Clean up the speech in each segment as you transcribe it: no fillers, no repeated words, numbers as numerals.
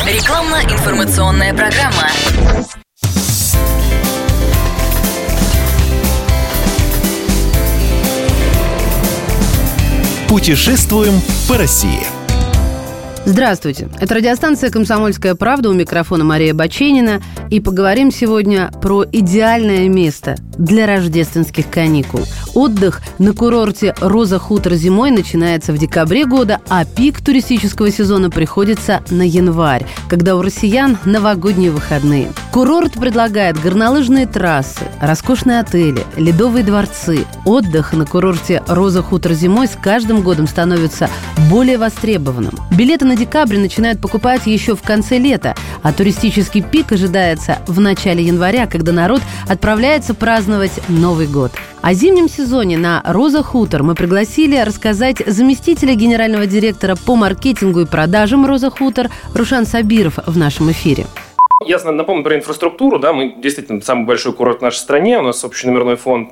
Рекламно-информационная программа. Путешествуем по России. Здравствуйте, это радиостанция «Комсомольская правда», у микрофона Мария Баченина. И поговорим сегодня про идеальное место для рождественских каникул. Отдых на курорте «Роза Хутор» зимой начинается в декабре года, а пик туристического сезона приходится на январь, когда у россиян новогодние выходные. Курорт предлагает горнолыжные трассы, роскошные отели, ледовые дворцы. Отдых на курорте «Роза Хутор» зимой с каждым годом становится более востребованным. Билеты на декабрь начинают покупать еще в конце лета, а туристический пик ожидается в начале января, когда народ отправляется праздновать Новый год. О зимнем сезоне на «Роза Хутор» мы пригласили рассказать заместителя генерального директора по маркетингу и продажам «Роза Хутор» Рушан Сабиров в нашем эфире. Я напомню про инфраструктуру. Да, мы действительно самый большой курорт в нашей стране. У нас общий номерной фонд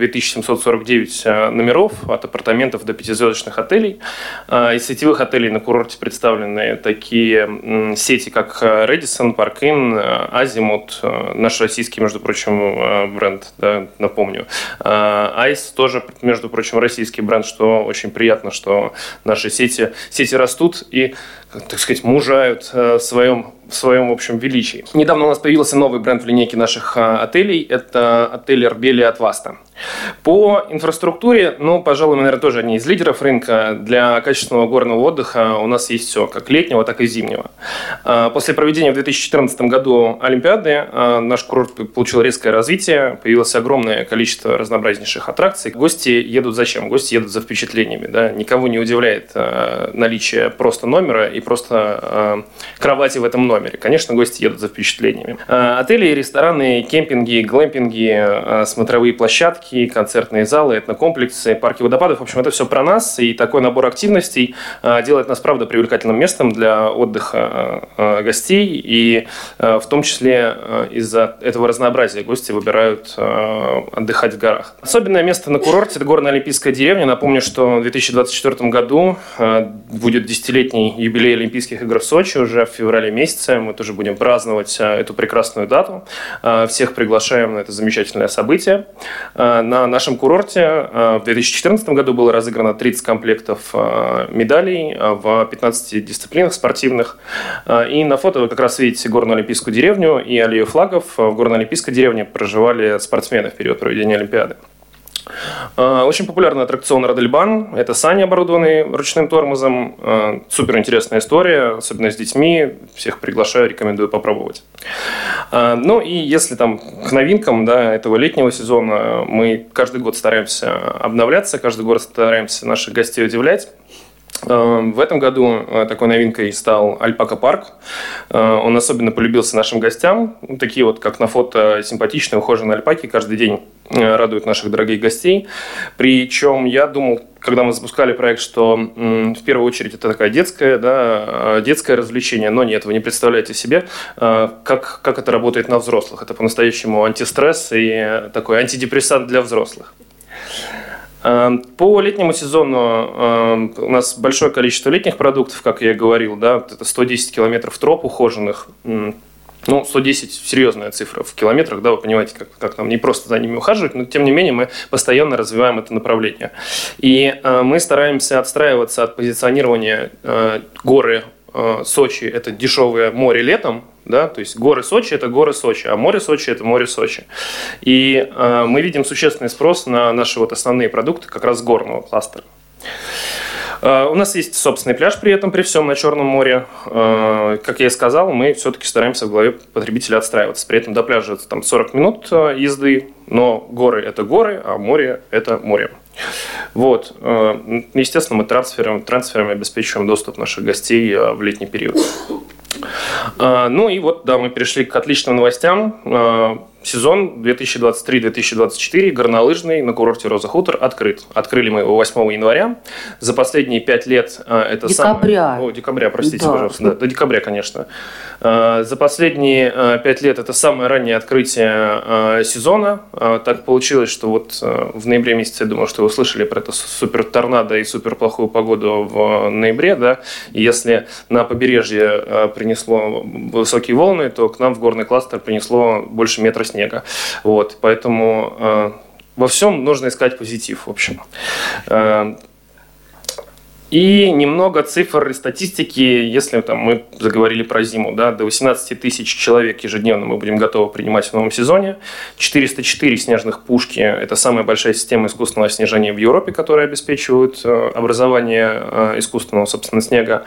2749 номеров, от апартаментов до 5-звездочных отелей. Из сетевых отелей на курорте представлены такие сети, как Рэдиссон, Парк Инн, Азимут, наш российский, между прочим, бренд, да, напомню. Айс тоже, между прочим, российский бренд, что очень приятно, что наши сети растут и, так сказать, мужают в своем, в общем, величии. Недавно у нас появился новый бренд в линейке наших отелей. Это отель Арбелия от Васта. По инфраструктуре, пожалуй, мы, наверное, тоже одни из лидеров рынка. Для качественного горного отдыха у нас есть все, как летнего, так и зимнего. После проведения в 2014 году Олимпиады наш курорт получил резкое развитие. Появилось огромное количество разнообразнейших аттракций. Гости едут зачем? Гости едут за впечатлениями. Да? Никого не удивляет наличие просто номера и просто кровати в этом номере. Конечно, гости едут за впечатлениями. Отели, рестораны, кемпинги, глэмпинги, смотровые площадки, концертные залы, этнокомплексы, парки водопадов. В общем, это все про нас. И такой набор активностей делает нас, правда, привлекательным местом для отдыха гостей. И в том числе из-за этого разнообразия гости выбирают отдыхать в горах. Особенное место на курорте – это горная олимпийская деревня. Напомню, что в 2024 году будет 10-летний юбилей Олимпийских игр в Сочи уже в феврале месяце. Мы тоже будем праздновать эту прекрасную дату. Всех приглашаем на это замечательное событие. На нашем курорте в 2014 году было разыграно 30 комплектов медалей в 15 дисциплинах спортивных. И на фото вы как раз видите горную олимпийскую деревню и аллею флагов. В горной олимпийской деревне проживали спортсмены в период проведения Олимпиады. Очень популярный аттракцион Родельбан. Это сани, оборудованные ручным тормозом. Супер интересная история, особенно с детьми. Всех приглашаю, рекомендую попробовать. И если к новинкам этого летнего сезона мы каждый год стараемся обновляться, каждый год стараемся наших гостей удивлять. В этом году такой новинкой стал Альпака-парк. Он особенно полюбился нашим гостям. Такие как на фото симпатичные, ухоженные альпаки каждый день радуют наших дорогих гостей. Причем я думал, когда мы запускали проект, что в первую очередь это такая детское развлечение. Но нет, вы не представляете себе, как это работает на взрослых. Это по-настоящему антистресс и такой антидепрессант для взрослых. По летнему сезону у нас большое количество летних продуктов, как я и говорил, это 110 километров троп ухоженных. 110 – серьезная цифра в километрах, вы понимаете, как нам не просто за ними ухаживать, но тем не менее мы постоянно развиваем это направление. И мы стараемся отстраиваться от позиционирования горы Сочи – это дешевое море летом, то есть горы Сочи – это горы Сочи, а море Сочи – это море Сочи. И мы видим существенный спрос на наши основные продукты как раз горного кластера. У нас есть собственный пляж при всем на Черном море. Как я и сказал, мы все-таки стараемся в голове потребителя отстраиваться. При этом до пляжа 40 минут езды, но горы – это горы, а море – это море. Естественно, мы трансферами обеспечиваем доступ наших гостей в летний период. Мы перешли к отличным новостям. сезон 2023-2024 горнолыжный на курорте Роза Хутор открыт. Открыли мы его 8 января. За последние 5 лет это декабря, простите, да. Пожалуйста. Да, до декабря, конечно. За последние 5 лет это самое раннее открытие сезона. Так получилось, что вот в ноябре месяце, я думаю, что вы услышали про это супер торнадо и супер плохую погоду в ноябре, да, и если на побережье принесло высокие волны, то к нам в горный кластер принесло больше метра снега. Вот, поэтому во всем нужно искать позитив, в общем. И немного цифр и статистики, если там, мы заговорили про зиму, да, до 18 тысяч человек ежедневно мы будем готовы принимать в новом сезоне. 404 снежных пушки – это самая большая система искусственного снижения в Европе, которая обеспечивает образование искусственного, собственно, снега.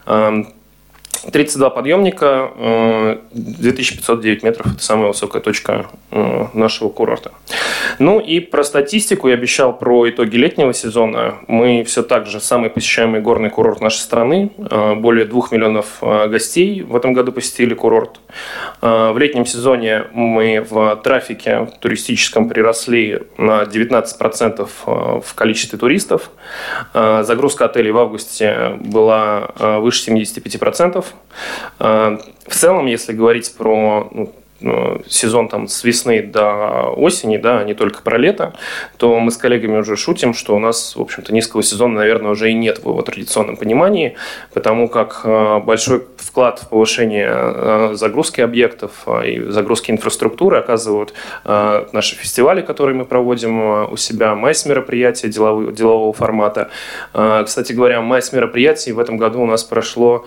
32 подъемника, 2509 метров – это самая высокая точка нашего курорта. Ну и про статистику я обещал про итоги летнего сезона. Мы все так же самый посещаемый горный курорт нашей страны. Более 2 миллионов гостей в этом году посетили курорт. В летнем сезоне мы в трафике туристическом приросли на 19% в количестве туристов. Загрузка отелей в августе была выше 75%. В целом, если говорить про сезон там, с весны до осени, да, а не только про лето, то мы с коллегами уже шутим, что у нас, в общем-то, низкого сезона, наверное, уже и нет в его традиционном понимании, потому как большой вклад в повышение загрузки объектов и загрузки инфраструктуры оказывают наши фестивали, которые мы проводим у себя, майс-мероприятия делового формата. Кстати говоря, майс-мероприятий в этом году у нас прошло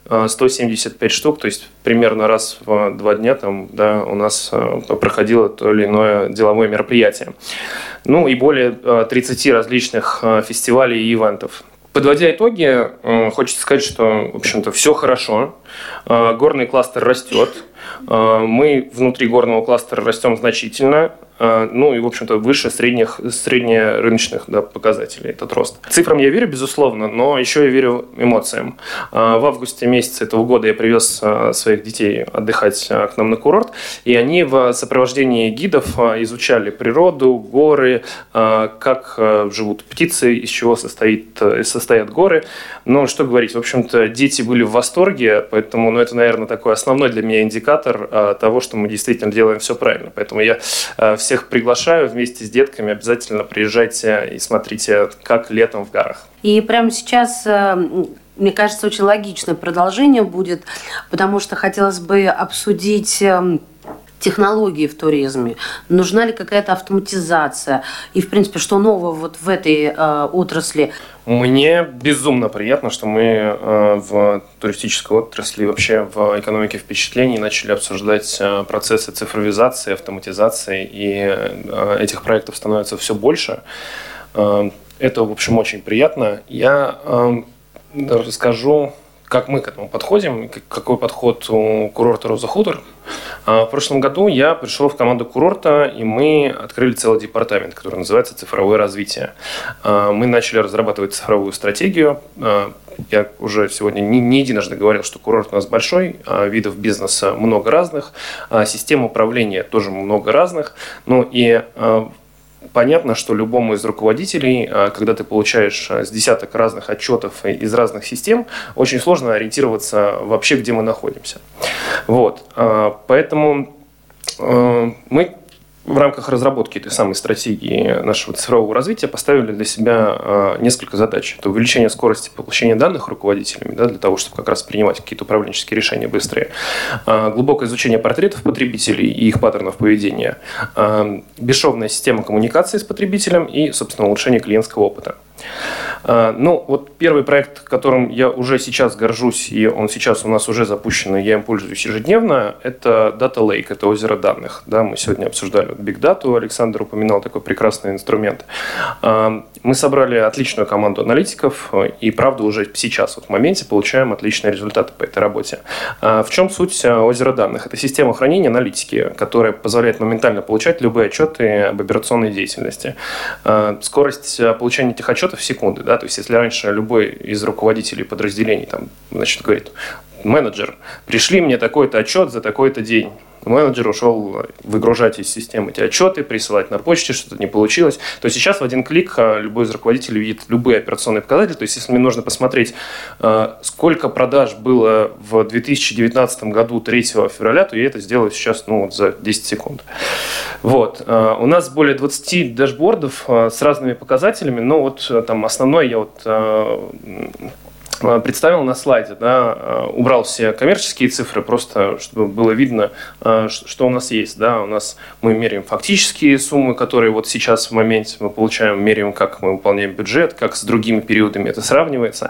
175 штук, то есть примерно раз в 2 дня там, да, у нас проходило то или иное деловое мероприятие. Ну и более 30 различных фестивалей и ивентов. Подводя итоги, хочется сказать, что, в общем-то, все хорошо. Горный кластер растет. Мы внутри горного кластера растем значительно. Ну и, в общем-то, выше среднерыночных, да, показателей этот рост. Цифрам я верю, безусловно, но еще я верю эмоциям. В августе месяце этого года я привез своих детей отдыхать к нам на курорт, и они в сопровождении гидов изучали природу, горы, как живут птицы, из чего состоят горы. Но что говорить, в общем-то, дети были в восторге, поэтому это, наверное, такой основной для меня индикатор того, что мы действительно делаем все правильно. Поэтому я всех приглашаю вместе с детками, обязательно приезжайте и смотрите, как летом в горах. И прямо сейчас, мне кажется, очень логичное продолжение будет, потому что хотелось бы обсудить технологии в туризме. Нужна ли какая-то автоматизация? И, в принципе, что нового вот в этой отрасли? Мне безумно приятно, что мы в туристической отрасли, вообще в экономике впечатлений начали обсуждать процессы цифровизации, автоматизации, и этих проектов становится все больше. Это, в общем, очень приятно. Я расскажу, как мы к этому подходим, какой подход у курорта Роза Хутор. В прошлом году я пришел в команду курорта, и мы открыли целый департамент, который называется «Цифровое развитие». Мы начали разрабатывать цифровую стратегию. Я уже сегодня не единожды говорил, что курорт у нас большой, видов бизнеса много разных, систем управления тоже много разных. Ну и понятно, что любому из руководителей, когда ты получаешь с десяток разных отчетов из разных систем, очень сложно ориентироваться вообще, где мы находимся. Вот. Поэтому мы в рамках разработки этой самой стратегии нашего цифрового развития поставили для себя несколько задач. Это увеличение скорости получения данных руководителями, да, для того, чтобы как раз принимать какие-то управленческие решения быстрее. Глубокое изучение портретов потребителей и их паттернов поведения. Бесшовная система коммуникации с потребителем и, собственно, улучшение клиентского опыта. Ну, вот первый проект, которым я уже сейчас горжусь, и он сейчас у нас уже запущен, и я им пользуюсь ежедневно, это Data Lake, это озеро данных. Да, мы сегодня обсуждали Big Data, Александр упоминал такой прекрасный инструмент. Мы собрали отличную команду аналитиков, и, правда, уже сейчас, вот в моменте, получаем отличные результаты по этой работе. В чем суть озера данных? Это система хранения аналитики, которая позволяет моментально получать любые отчеты об операционной деятельности. Скорость получения этих отчетов в секунды, да, то есть если раньше любой из руководителей подразделений там, значит, говорит: менеджер, пришли мне такой-то отчет за такой-то день. Менеджер ушел выгружать из системы эти отчеты, присылать на почте, что-то не получилось. То есть сейчас в один клик любой из руководителей видит любые операционные показатели. То есть если мне нужно посмотреть, сколько продаж было в 2019 году 3 февраля, то я это сделаю сейчас за 10 секунд. Вот. У нас более 20 дашбордов с разными показателями, но там основной я представил на слайде, убрал все коммерческие цифры, просто чтобы было видно, что у нас есть. У нас мы меряем фактические суммы, которые сейчас в моменте мы получаем, меряем, как мы выполняем бюджет, как с другими периодами это сравнивается.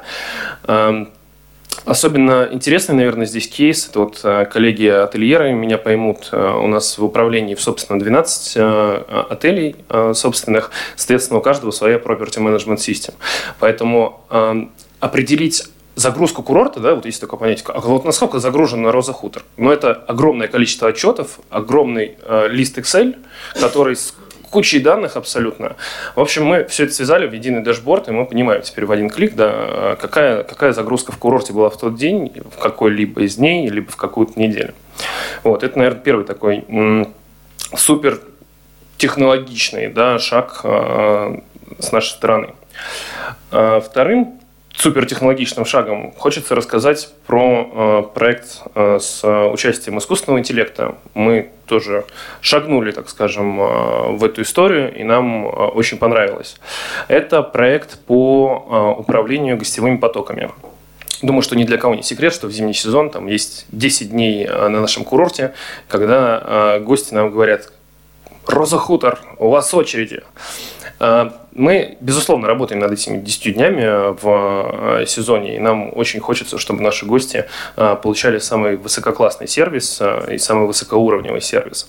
Особенно интересный, наверное, здесь кейс. Это коллеги-ательеры меня поймут. У нас в управлении, собственно, 12 отелей собственных. Соответственно, у каждого своя property management system. Поэтому определить загрузку курорта, есть такое понятие, насколько загружена Роза Хутор. Но это огромное количество отчетов, огромный лист Excel, который с кучей данных абсолютно. В общем, мы все это связали в единый дашборд, и мы понимаем теперь в один клик, какая загрузка в курорте была в тот день, в какой-либо из дней, либо в какую-то неделю. Это, наверное, первый такой супер технологичный шаг с нашей стороны. Вторым супертехнологичным шагом хочется рассказать про проект с участием искусственного интеллекта. Мы тоже шагнули, так скажем, в эту историю, и нам очень понравилось. Это проект по управлению гостевыми потоками. Думаю, что ни для кого не секрет, что в зимний сезон там есть 10 дней на нашем курорте, когда гости нам говорят: «Роза Хутор, у вас очереди». Мы, безусловно, работаем над этими 10 днями в сезоне, и нам очень хочется, чтобы наши гости получали самый высококлассный сервис и самый высокоуровневый сервис.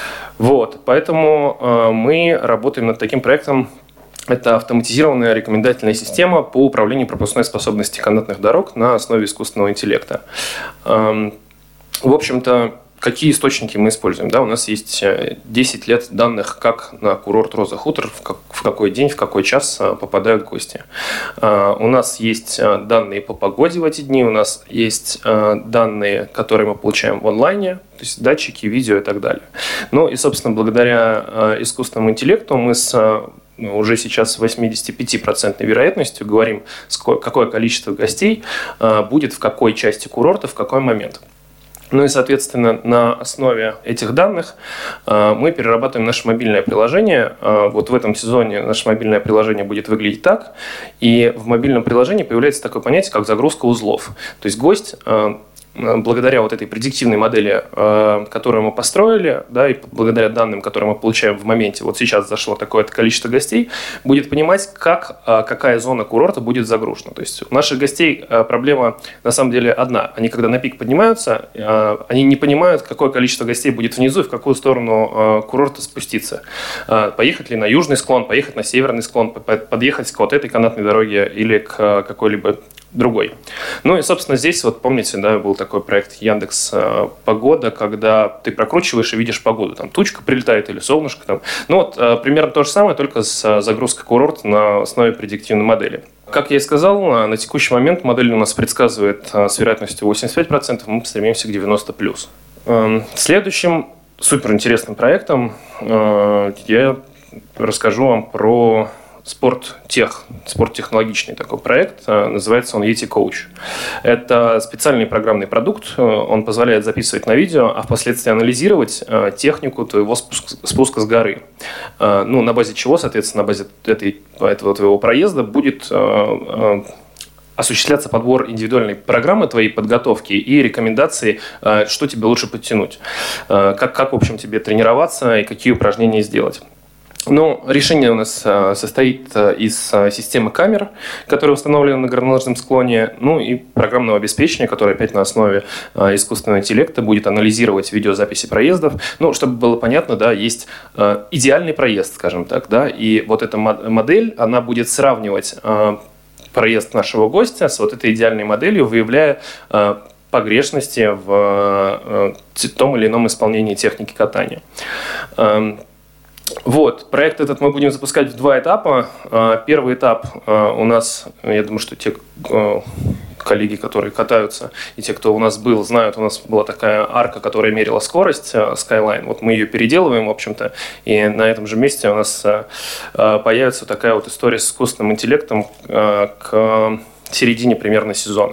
Поэтому мы работаем над таким проектом. Это автоматизированная рекомендательная система по управлению пропускной способностью канатных дорог на основе искусственного интеллекта. В общем-то, какие источники мы используем? У нас есть 10 лет данных, как на курорт Роза Хутор, в какой день, в какой час попадают гости. У нас есть данные по погоде в эти дни, у нас есть данные, которые мы получаем в онлайне, то есть датчики, видео и так далее. И, собственно, благодаря искусственному интеллекту мы уже сейчас с 85% вероятностью говорим, какое количество гостей будет в какой части курорта, в какой момент. И, соответственно, на основе этих данных мы перерабатываем наше мобильное приложение. В этом сезоне наше мобильное приложение будет выглядеть так. И в мобильном приложении появляется такое понятие, как загрузка узлов. То есть гость, благодаря этой предиктивной модели, которую мы построили, и благодаря данным, которые мы получаем в моменте, сейчас зашло такое-то количество гостей, будет понимать, какая зона курорта будет загружена. То есть у наших гостей проблема на самом деле одна. Они, когда на пик поднимаются, они не понимают, какое количество гостей будет внизу и в какую сторону курорта спуститься. Поехать ли на южный склон, поехать на северный склон, подъехать к этой канатной дороге или к какой-либо другой. И, собственно, здесь, помните, был такой проект Яндекс Погода, когда ты прокручиваешь и видишь погоду. Там тучка прилетает или солнышко. Примерно то же самое, только с загрузкой курорта на основе предиктивной модели. Как я и сказал, на текущий момент модель у нас предсказывает с вероятностью 85%, мы стремимся к 90+. Следующим суперинтересным проектом я расскажу вам про спорттехнологичный такой проект. Называется он Yeti Coach. Это специальный программный продукт. Он позволяет записывать на видео, а впоследствии анализировать технику твоего спуска с горы. На базе чего, соответственно, на базе этого твоего проезда будет осуществляться подбор индивидуальной программы твоей подготовки и рекомендации, что тебе лучше подтянуть, как в общем, тебе тренироваться и какие упражнения сделать. Решение у нас состоит из системы камер, которая установлена на горнолыжном склоне, и программного обеспечения, которое опять на основе искусственного интеллекта будет анализировать видеозаписи проездов. Чтобы было понятно, есть идеальный проезд, скажем так, и эта модель, она будет сравнивать проезд нашего гостя с этой идеальной моделью, выявляя погрешности в том или ином исполнении техники катания. Проект этот мы будем запускать в 2 этапа. Первый этап у нас, я думаю, что те, коллеги, которые катаются, и те, кто у нас был, знают, у нас была такая арка, которая мерила скорость, Skyline. Вот мы ее переделываем, в общем-то, и на этом же месте у нас появится такая вот история с искусственным интеллектом к середине примерно сезона.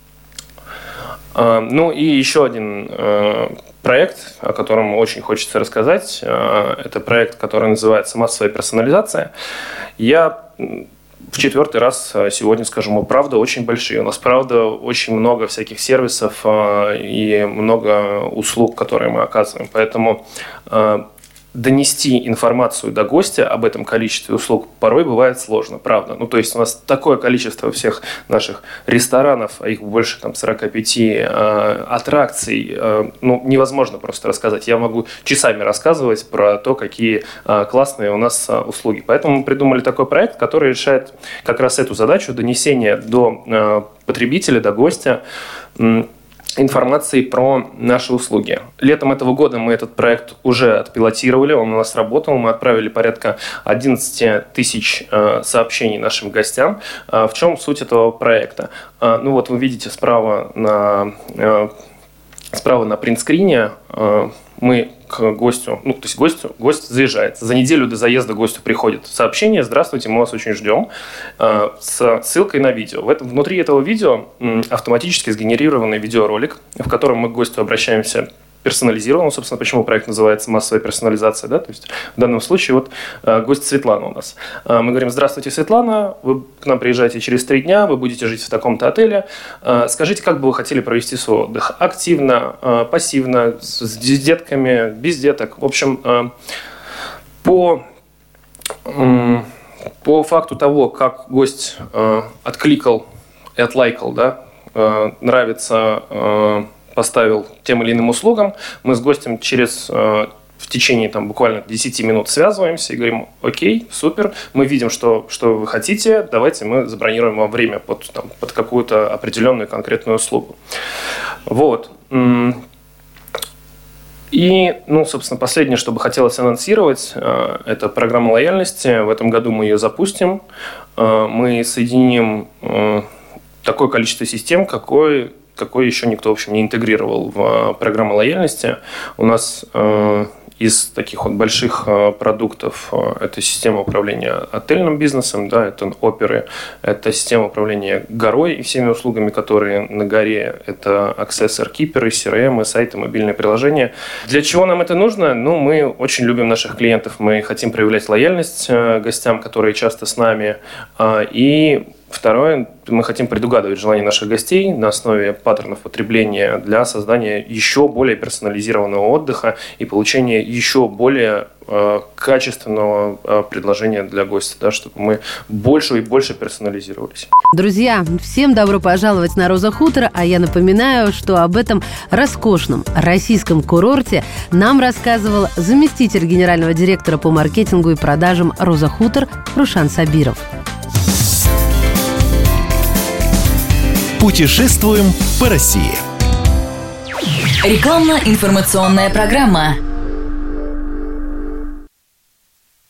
Ну и еще один проект, о котором очень хочется рассказать. Это проект, который называется «Массовая персонализация». Я в 4-й раз сегодня скажу, мы правда очень большие. У нас правда очень много всяких сервисов и много услуг, которые мы оказываем. Поэтому донести информацию до гостя об этом количестве услуг порой бывает сложно, правда. Ну, то есть у нас такое количество всех наших ресторанов, а их больше 45 аттракций, невозможно просто рассказать. Я могу часами рассказывать про то, какие классные у нас услуги. Поэтому мы придумали такой проект, который решает как раз эту задачу донесения до потребителя, до гостя информации про наши услуги. Летом этого года мы этот проект уже отпилотировали, он у нас работал, мы отправили порядка 11 тысяч сообщений нашим гостям. В чем суть этого проекта? Вот вы видите справа на принтскрине мы к гостю, то есть гость заезжает. За неделю до заезда гостю приходит сообщение: «Здравствуйте, мы вас очень ждем», с ссылкой на видео. Внутри этого видео автоматически сгенерированный видеоролик, в котором мы к гостю обращаемся персонализированно. Собственно, почему проект называется «Массовая персонализация». Да? То есть в данном случае гость Светлана у нас. Мы говорим: «Здравствуйте, Светлана, вы к нам приезжаете через 3 дня, вы будете жить в таком-то отеле. Скажите, как бы вы хотели провести свой отдых? Активно, пассивно, с детками, без деток?» В общем, по факту того, как гость откликал и отлайкал, да, нравится, поставил тем или иным услугам, мы с гостем в течение буквально 10 минут связываемся и говорим: «Окей, супер, мы видим, что вы хотите, давайте мы забронируем вам время под какую-то определенную конкретную услугу». Вот. И, собственно, последнее, что бы хотелось анонсировать, это программа лояльности. В этом году мы ее запустим. Мы соединим такое количество систем, какой еще никто, в общем, не интегрировал в программу лояльности. У нас из таких больших продуктов это система управления отельным бизнесом, да, это оперы, это система управления горой и всеми услугами, которые на горе, это Access AirKeeper, CRM, сайты, мобильные приложения. Для чего нам это нужно? Мы очень любим наших клиентов, мы хотим проявлять лояльность гостям, которые часто с нами, и второе, мы хотим предугадывать желания наших гостей на основе паттернов потребления для создания еще более персонализированного отдыха и получения еще более качественного предложения для гостя, да, чтобы мы больше и больше персонализировались. Друзья, всем добро пожаловать на Роза Хутор, а я напоминаю, что об этом роскошном российском курорте нам рассказывал заместитель генерального директора по маркетингу и продажам Роза Хутор Рушан Сабиров. Путешествуем по России. Рекламно-информационная программа.